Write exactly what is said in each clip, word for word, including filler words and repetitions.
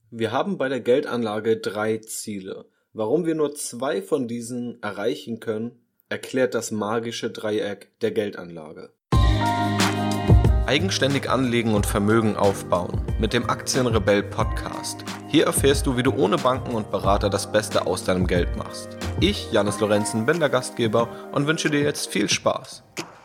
Wir haben bei der Geldanlage drei Ziele. Warum wir nur zwei von diesen erreichen können, erklärt das magische Dreieck der Geldanlage. Eigenständig anlegen und Vermögen aufbauen mit dem Aktienrebell Podcast. Hier erfährst du, wie du ohne Banken und Berater das Beste aus deinem Geld machst. Ich, Janis Lorenzen, bin der Gastgeber und wünsche dir jetzt viel Spaß.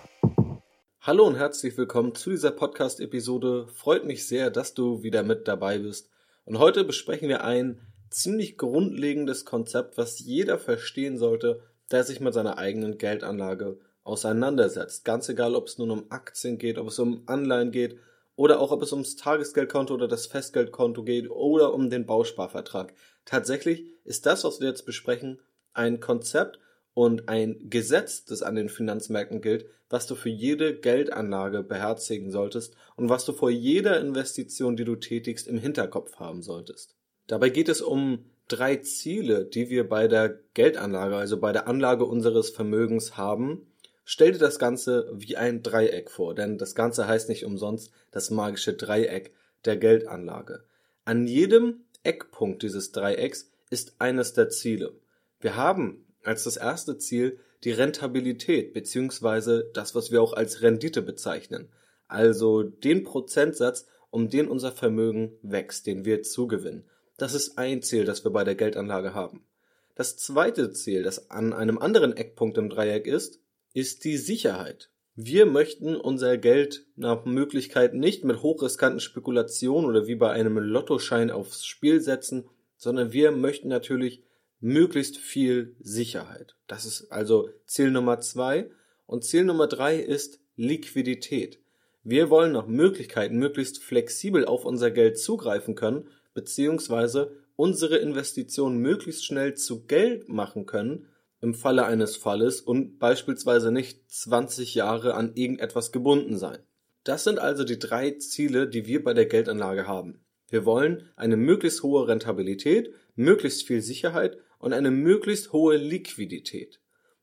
Hallo und herzlich willkommen zu dieser Podcast-Episode. Freut mich sehr, dass du wieder mit dabei bist. Und heute besprechen wir ein ziemlich grundlegendes Konzept, was jeder verstehen sollte, der sich mit seiner eigenen Geldanlage auseinandersetzt. Ganz egal, ob es nun um Aktien geht, ob es um Anleihen geht oder auch ob es ums Tagesgeldkonto oder das Festgeldkonto geht oder um den Bausparvertrag. Tatsächlich ist das, was wir jetzt besprechen, ein Konzept und ein Gesetz, das an den Finanzmärkten gilt, was du für jede Geldanlage beherzigen solltest und was du vor jeder Investition, die du tätigst, im Hinterkopf haben solltest. Dabei geht es um drei Ziele, die wir bei der Geldanlage, also bei der Anlage unseres Vermögens haben. Stell dir das Ganze wie ein Dreieck vor, denn das Ganze heißt nicht umsonst das magische Dreieck der Geldanlage. An jedem Eckpunkt dieses Dreiecks ist eines der Ziele. Wir haben als das erste Ziel die Rentabilität beziehungsweise das, was wir auch als Rendite bezeichnen, also den Prozentsatz, um den unser Vermögen wächst, den wir zugewinnen. Das ist ein Ziel, das wir bei der Geldanlage haben. Das zweite Ziel, das an einem anderen Eckpunkt im Dreieck ist, ist die Sicherheit. Wir möchten unser Geld nach Möglichkeit nicht mit hochriskanten Spekulationen oder wie bei einem Lottoschein aufs Spiel setzen, sondern wir möchten natürlich möglichst viel Sicherheit. Das ist also Ziel Nummer zwei. Und Ziel Nummer drei ist Liquidität. Wir wollen nach Möglichkeiten möglichst flexibel auf unser Geld zugreifen können, beziehungsweise unsere Investitionen möglichst schnell zu Geld machen können, im Falle eines Falles und beispielsweise nicht zwanzig Jahre an irgendetwas gebunden sein. Das sind also die drei Ziele, die wir bei der Geldanlage haben. Wir wollen eine möglichst hohe Rentabilität, möglichst viel Sicherheit und eine möglichst hohe Liquidität.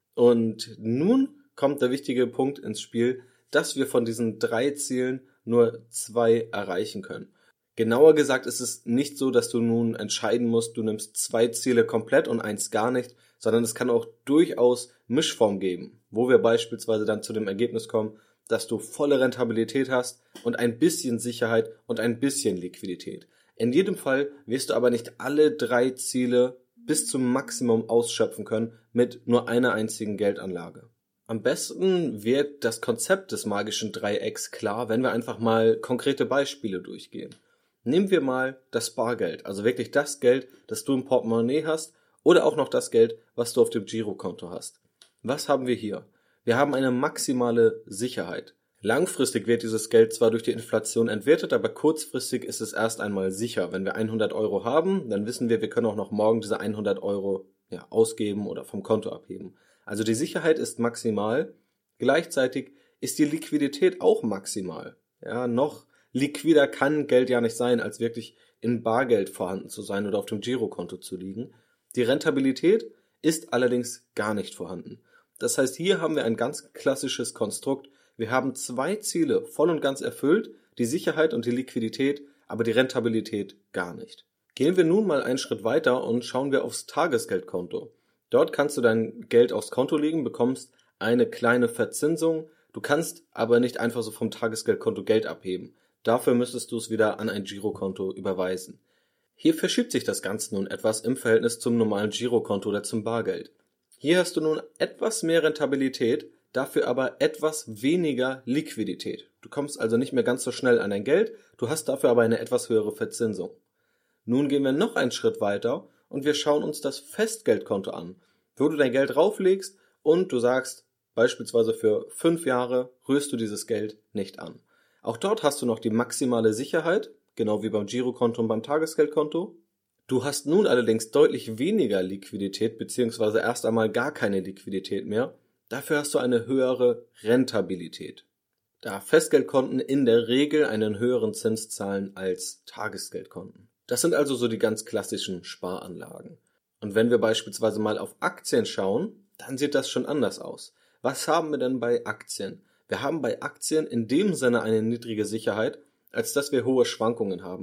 Und nun kommt der wichtige Punkt ins Spiel, dass wir von diesen drei Zielen nur zwei erreichen können. Genauer gesagt ist es nicht so, dass du nun entscheiden musst, du nimmst zwei Ziele komplett und eins gar nicht, sondern es kann auch durchaus Mischform geben, wo wir beispielsweise dann zu dem Ergebnis kommen, dass du volle Rentabilität hast und ein bisschen Sicherheit und ein bisschen Liquidität. In jedem Fall wirst du aber nicht alle drei Ziele bis zum Maximum ausschöpfen können mit nur einer einzigen Geldanlage. Am besten wird das Konzept des magischen Dreiecks klar, wenn wir einfach mal konkrete Beispiele durchgehen. Nehmen wir mal das Bargeld, also wirklich das Geld, das du im Portemonnaie hast oder auch noch das Geld, was du auf dem Girokonto hast. Was haben wir hier? Wir haben eine maximale Sicherheit. Langfristig wird dieses Geld zwar durch die Inflation entwertet, aber kurzfristig ist es erst einmal sicher. Wenn wir hundert Euro haben, dann wissen wir, wir können auch noch morgen diese hundert Euro ja, ausgeben oder vom Konto abheben. Also die Sicherheit ist maximal. Gleichzeitig ist die Liquidität auch maximal. Ja, noch liquider kann Geld ja nicht sein, als wirklich in Bargeld vorhanden zu sein oder auf dem Girokonto zu liegen. Die Rentabilität ist allerdings gar nicht vorhanden. Das heißt, hier haben wir ein ganz klassisches Konstrukt. Wir haben zwei Ziele voll und ganz erfüllt, die Sicherheit und die Liquidität, aber die Rentabilität gar nicht. Gehen wir nun mal einen Schritt weiter und schauen wir aufs Tagesgeldkonto. Dort kannst du dein Geld aufs Konto legen, bekommst eine kleine Verzinsung. Du kannst aber nicht einfach so vom Tagesgeldkonto Geld abheben. Dafür müsstest du es wieder an ein Girokonto überweisen. Hier verschiebt sich das Ganze nun etwas im Verhältnis zum normalen Girokonto oder zum Bargeld. Hier hast du nun etwas mehr Rentabilität, dafür aber etwas weniger Liquidität. Du kommst also nicht mehr ganz so schnell an dein Geld, du hast dafür aber eine etwas höhere Verzinsung. Nun gehen wir noch einen Schritt weiter und wir schauen uns das Festgeldkonto an, wo du dein Geld rauflegst und du sagst, beispielsweise für fünf Jahre rührst du dieses Geld nicht an. Auch dort hast du noch die maximale Sicherheit, genau wie beim Girokonto und beim Tagesgeldkonto. Du hast nun allerdings deutlich weniger Liquidität bzw. erst einmal gar keine Liquidität mehr. Dafür hast du eine höhere Rentabilität, da Festgeldkonten in der Regel einen höheren Zins zahlen als Tagesgeldkonten. Das sind also so die ganz klassischen Sparanlagen. Und wenn wir beispielsweise mal auf Aktien schauen, dann sieht das schon anders aus. Was haben wir denn bei Aktien? Wir haben bei Aktien in dem Sinne eine niedrige Sicherheit, als dass wir hohe Schwankungen haben.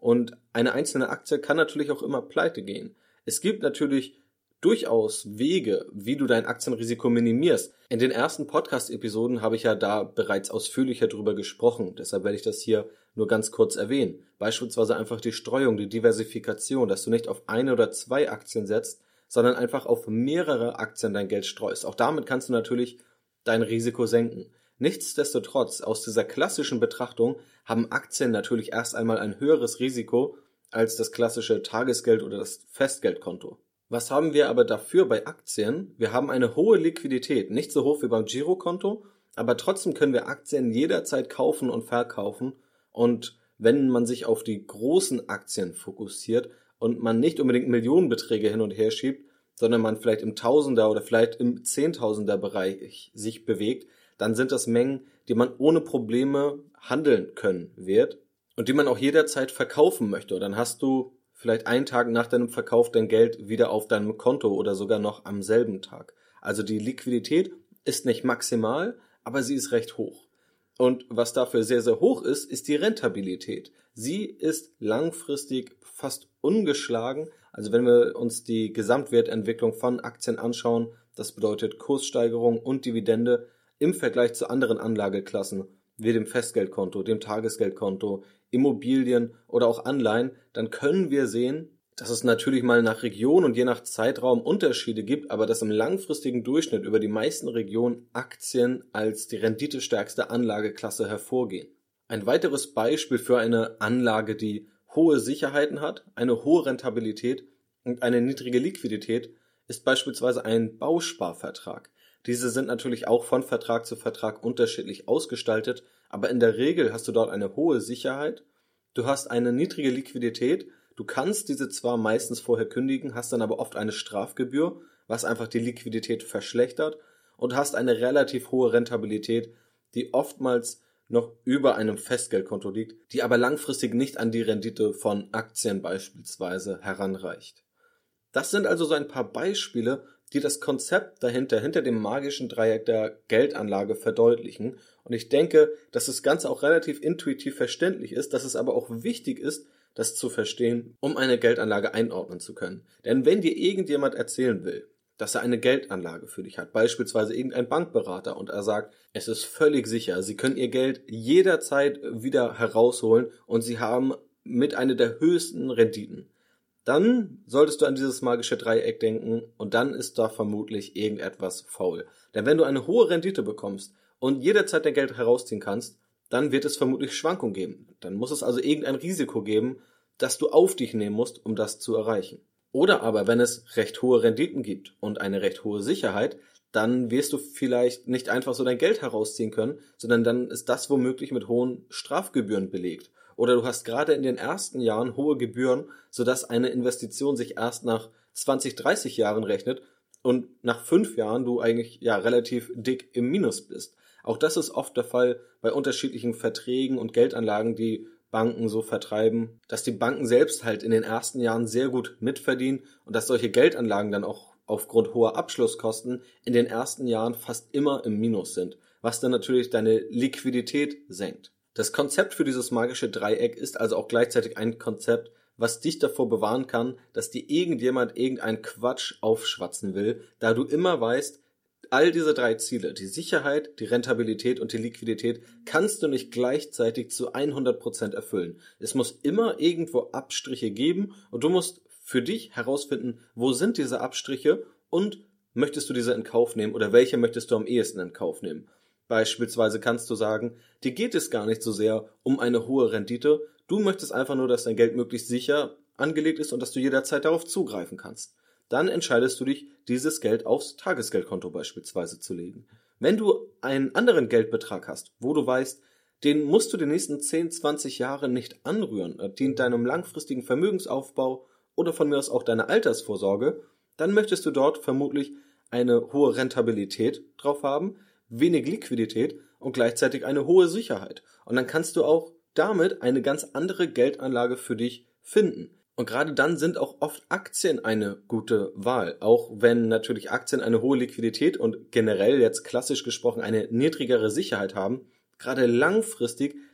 Und eine einzelne Aktie kann natürlich auch immer pleite gehen. Es gibt natürlich durchaus Wege, wie du dein Aktienrisiko minimierst. In den ersten Podcast-Episoden habe ich ja da bereits ausführlicher drüber gesprochen. Deshalb werde ich das hier nur ganz kurz erwähnen. Beispielsweise einfach die Streuung, die Diversifikation, dass du nicht auf eine oder zwei Aktien setzt, sondern einfach auf mehrere Aktien dein Geld streust. Auch damit kannst du natürlich dein Risiko senken. Nichtsdestotrotz, aus dieser klassischen Betrachtung haben Aktien natürlich erst einmal ein höheres Risiko als das klassische Tagesgeld oder das Festgeldkonto. Was haben wir aber dafür bei Aktien? Wir haben eine hohe Liquidität, nicht so hoch wie beim Girokonto, aber trotzdem können wir Aktien jederzeit kaufen und verkaufen. Und wenn man sich auf die großen Aktien fokussiert und man nicht unbedingt Millionenbeträge hin und her schiebt, sondern man vielleicht im Tausender- oder vielleicht im Zehntausender-Bereich sich bewegt, dann sind das Mengen, die man ohne Probleme handeln können wird und die man auch jederzeit verkaufen möchte. Und dann hast du vielleicht einen Tag nach deinem Verkauf dein Geld wieder auf deinem Konto oder sogar noch am selben Tag. Also die Liquidität ist nicht maximal, aber sie ist recht hoch. Und was dafür sehr, sehr hoch ist, ist die Rentabilität. Sie ist langfristig fast ungeschlagen. Also wenn wir uns die Gesamtwertentwicklung von Aktien anschauen, das bedeutet Kurssteigerung und Dividende im Vergleich zu anderen Anlageklassen, wie dem Festgeldkonto, dem Tagesgeldkonto, Immobilien oder auch Anleihen, dann können wir sehen, dass es natürlich mal nach Region und je nach Zeitraum Unterschiede gibt, aber dass im langfristigen Durchschnitt über die meisten Regionen Aktien als die renditestärkste Anlageklasse hervorgehen. Ein weiteres Beispiel für eine Anlage, die hohe Sicherheiten hat, eine hohe Rentabilität und eine niedrige Liquidität, ist beispielsweise ein Bausparvertrag. Diese sind natürlich auch von Vertrag zu Vertrag unterschiedlich ausgestaltet, aber in der Regel hast du dort eine hohe Sicherheit, du hast eine niedrige Liquidität, du kannst diese zwar meistens vorher kündigen, hast dann aber oft eine Strafgebühr, was einfach die Liquidität verschlechtert und hast eine relativ hohe Rentabilität, die oftmals noch über einem Festgeldkonto liegt, die aber langfristig nicht an die Rendite von Aktien beispielsweise heranreicht. Das sind also so ein paar Beispiele, die das Konzept dahinter, hinter dem magischen Dreieck der Geldanlage verdeutlichen. Und ich denke, dass das Ganze auch relativ intuitiv verständlich ist, dass es aber auch wichtig ist, das zu verstehen, um eine Geldanlage einordnen zu können. Denn wenn dir irgendjemand erzählen will, dass er eine Geldanlage für dich hat, beispielsweise irgendein Bankberater, und er sagt, es ist völlig sicher, Sie können Ihr Geld jederzeit wieder herausholen und Sie haben mit einer der höchsten Renditen, dann solltest du an dieses magische Dreieck denken und dann ist da vermutlich irgendetwas faul. Denn wenn du eine hohe Rendite bekommst und jederzeit dein Geld herausziehen kannst, dann wird es vermutlich Schwankungen geben. Dann muss es also irgendein Risiko geben, das du auf dich nehmen musst, um das zu erreichen. Oder aber, wenn es recht hohe Renditen gibt und eine recht hohe Sicherheit, dann wirst du vielleicht nicht einfach so dein Geld herausziehen können, sondern dann ist das womöglich mit hohen Strafgebühren belegt. Oder du hast gerade in den ersten Jahren hohe Gebühren, sodass eine Investition sich erst nach zwanzig, dreißig Jahren rechnet und nach fünf Jahren du eigentlich ja relativ dick im Minus bist. Auch das ist oft der Fall bei unterschiedlichen Verträgen und Geldanlagen, die Banken so vertreiben, dass die Banken selbst halt in den ersten Jahren sehr gut mitverdienen und dass solche Geldanlagen dann auch aufgrund hoher Abschlusskosten in den ersten Jahren fast immer im Minus sind, was dann natürlich deine Liquidität senkt. Das Konzept für dieses magische Dreieck ist also auch gleichzeitig ein Konzept, was dich davor bewahren kann, dass dir irgendjemand irgendeinen Quatsch aufschwatzen will, da du immer weißt, all diese drei Ziele, die Sicherheit, die Rentabilität und die Liquidität, kannst du nicht gleichzeitig zu hundert Prozent erfüllen. Es muss immer irgendwo Abstriche geben und du musst für dich herausfinden, wo sind diese Abstriche und möchtest du diese in Kauf nehmen oder welche möchtest du am ehesten in Kauf nehmen. Beispielsweise kannst du sagen, dir geht es gar nicht so sehr um eine hohe Rendite, du möchtest einfach nur, dass dein Geld möglichst sicher angelegt ist und dass du jederzeit darauf zugreifen kannst. Dann entscheidest du dich, dieses Geld aufs Tagesgeldkonto beispielsweise zu legen. Wenn du einen anderen Geldbetrag hast, wo du weißt, den musst du die nächsten zehn, zwanzig Jahre nicht anrühren, er dient deinem langfristigen Vermögensaufbau oder von mir aus auch deiner Altersvorsorge, dann möchtest du dort vermutlich eine hohe Rentabilität drauf haben, wenig Liquidität und gleichzeitig eine hohe Sicherheit. Und dann kannst du auch damit eine ganz andere Geldanlage für dich finden. Und gerade dann sind auch oft Aktien eine gute Wahl, auch wenn natürlich Aktien eine hohe Liquidität und generell jetzt klassisch gesprochen eine niedrigere Sicherheit haben. Gerade langfristig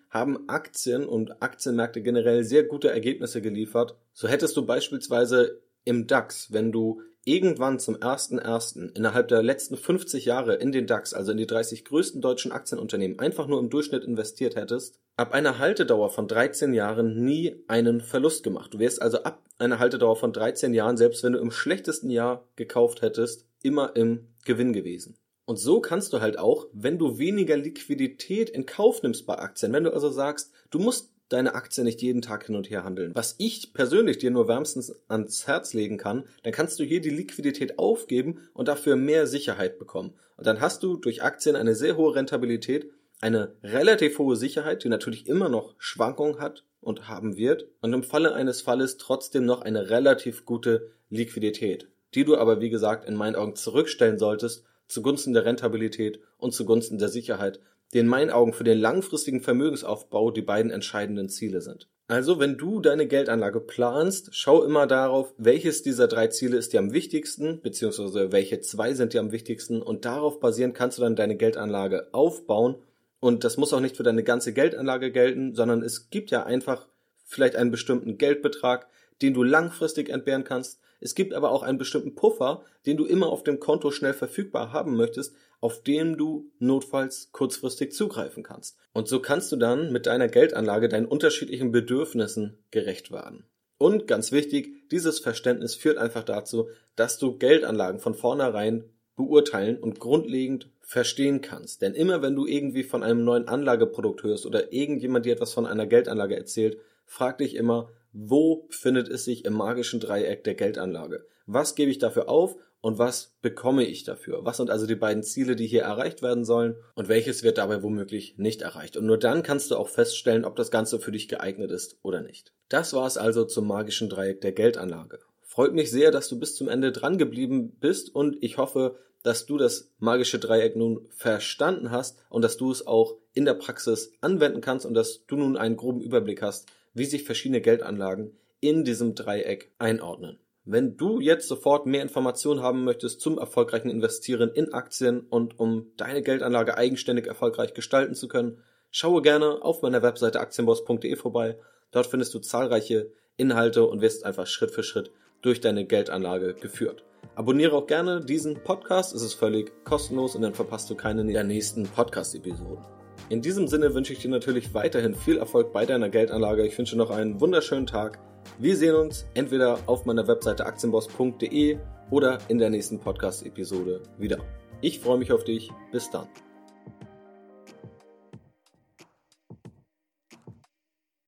haben Aktien und Aktienmärkte generell sehr gute Ergebnisse geliefert. So hättest du beispielsweise im DAX, wenn du irgendwann zum ersten ersten innerhalb der letzten fünfzig Jahre in den DAX, also in die dreißig größten deutschen Aktienunternehmen, einfach nur im Durchschnitt investiert hättest, ab einer Haltedauer von dreizehn Jahren nie einen Verlust gemacht. Du wärst also ab einer Haltedauer von dreizehn Jahren, selbst wenn du im schlechtesten Jahr gekauft hättest, immer im Gewinn gewesen. Und so kannst du halt auch, wenn du weniger Liquidität in Kauf nimmst bei Aktien, wenn du also sagst, du musst deine Aktie nicht jeden Tag hin und her handeln, was ich persönlich dir nur wärmstens ans Herz legen kann, dann kannst du hier die Liquidität aufgeben und dafür mehr Sicherheit bekommen. Und dann hast du durch Aktien eine sehr hohe Rentabilität, eine relativ hohe Sicherheit, die natürlich immer noch Schwankungen hat und haben wird und im Falle eines Falles trotzdem noch eine relativ gute Liquidität, die du aber wie gesagt in meinen Augen zurückstellen solltest zugunsten der Rentabilität und zugunsten der Sicherheit, die in meinen Augen für den langfristigen Vermögensaufbau die beiden entscheidenden Ziele sind. Also, wenn du deine Geldanlage planst, schau immer darauf, welches dieser drei Ziele ist dir am wichtigsten, beziehungsweise welche zwei sind dir am wichtigsten und darauf basierend kannst du dann deine Geldanlage aufbauen und das muss auch nicht für deine ganze Geldanlage gelten, sondern es gibt ja einfach vielleicht einen bestimmten Geldbetrag, den du langfristig entbehren kannst. Es gibt aber auch einen bestimmten Puffer, den du immer auf dem Konto schnell verfügbar haben möchtest, auf den du notfalls kurzfristig zugreifen kannst. Und so kannst du dann mit deiner Geldanlage deinen unterschiedlichen Bedürfnissen gerecht werden. Und ganz wichtig, dieses Verständnis führt einfach dazu, dass du Geldanlagen von vornherein beurteilen und grundlegend verstehen kannst. Denn immer wenn du irgendwie von einem neuen Anlageprodukt hörst oder irgendjemand dir etwas von einer Geldanlage erzählt, frag dich immer, wo befindet es sich im magischen Dreieck der Geldanlage? Was gebe ich dafür auf und was bekomme ich dafür? Was sind also die beiden Ziele, die hier erreicht werden sollen und welches wird dabei womöglich nicht erreicht? Und nur dann kannst du auch feststellen, ob das Ganze für dich geeignet ist oder nicht. Das war es also zum magischen Dreieck der Geldanlage. Freut mich sehr, dass du bis zum Ende dran geblieben bist und ich hoffe, dass du das magische Dreieck nun verstanden hast und dass du es auch in der Praxis anwenden kannst und dass du nun einen groben Überblick hast, wie sich verschiedene Geldanlagen in diesem Dreieck einordnen. Wenn du jetzt sofort mehr Informationen haben möchtest zum erfolgreichen Investieren in Aktien und um deine Geldanlage eigenständig erfolgreich gestalten zu können, schaue gerne auf meiner Webseite aktienboss punkt de vorbei. Dort findest du zahlreiche Inhalte und wirst einfach Schritt für Schritt durch deine Geldanlage geführt. Abonniere auch gerne diesen Podcast, es ist völlig kostenlos und dann verpasst du keine der nächsten Podcast-Episoden. In diesem Sinne wünsche ich dir natürlich weiterhin viel Erfolg bei deiner Geldanlage. Ich wünsche noch einen wunderschönen Tag. Wir sehen uns entweder auf meiner Webseite aktienboss punkt de oder in der nächsten Podcast-Episode wieder. Ich freue mich auf dich. Bis dann.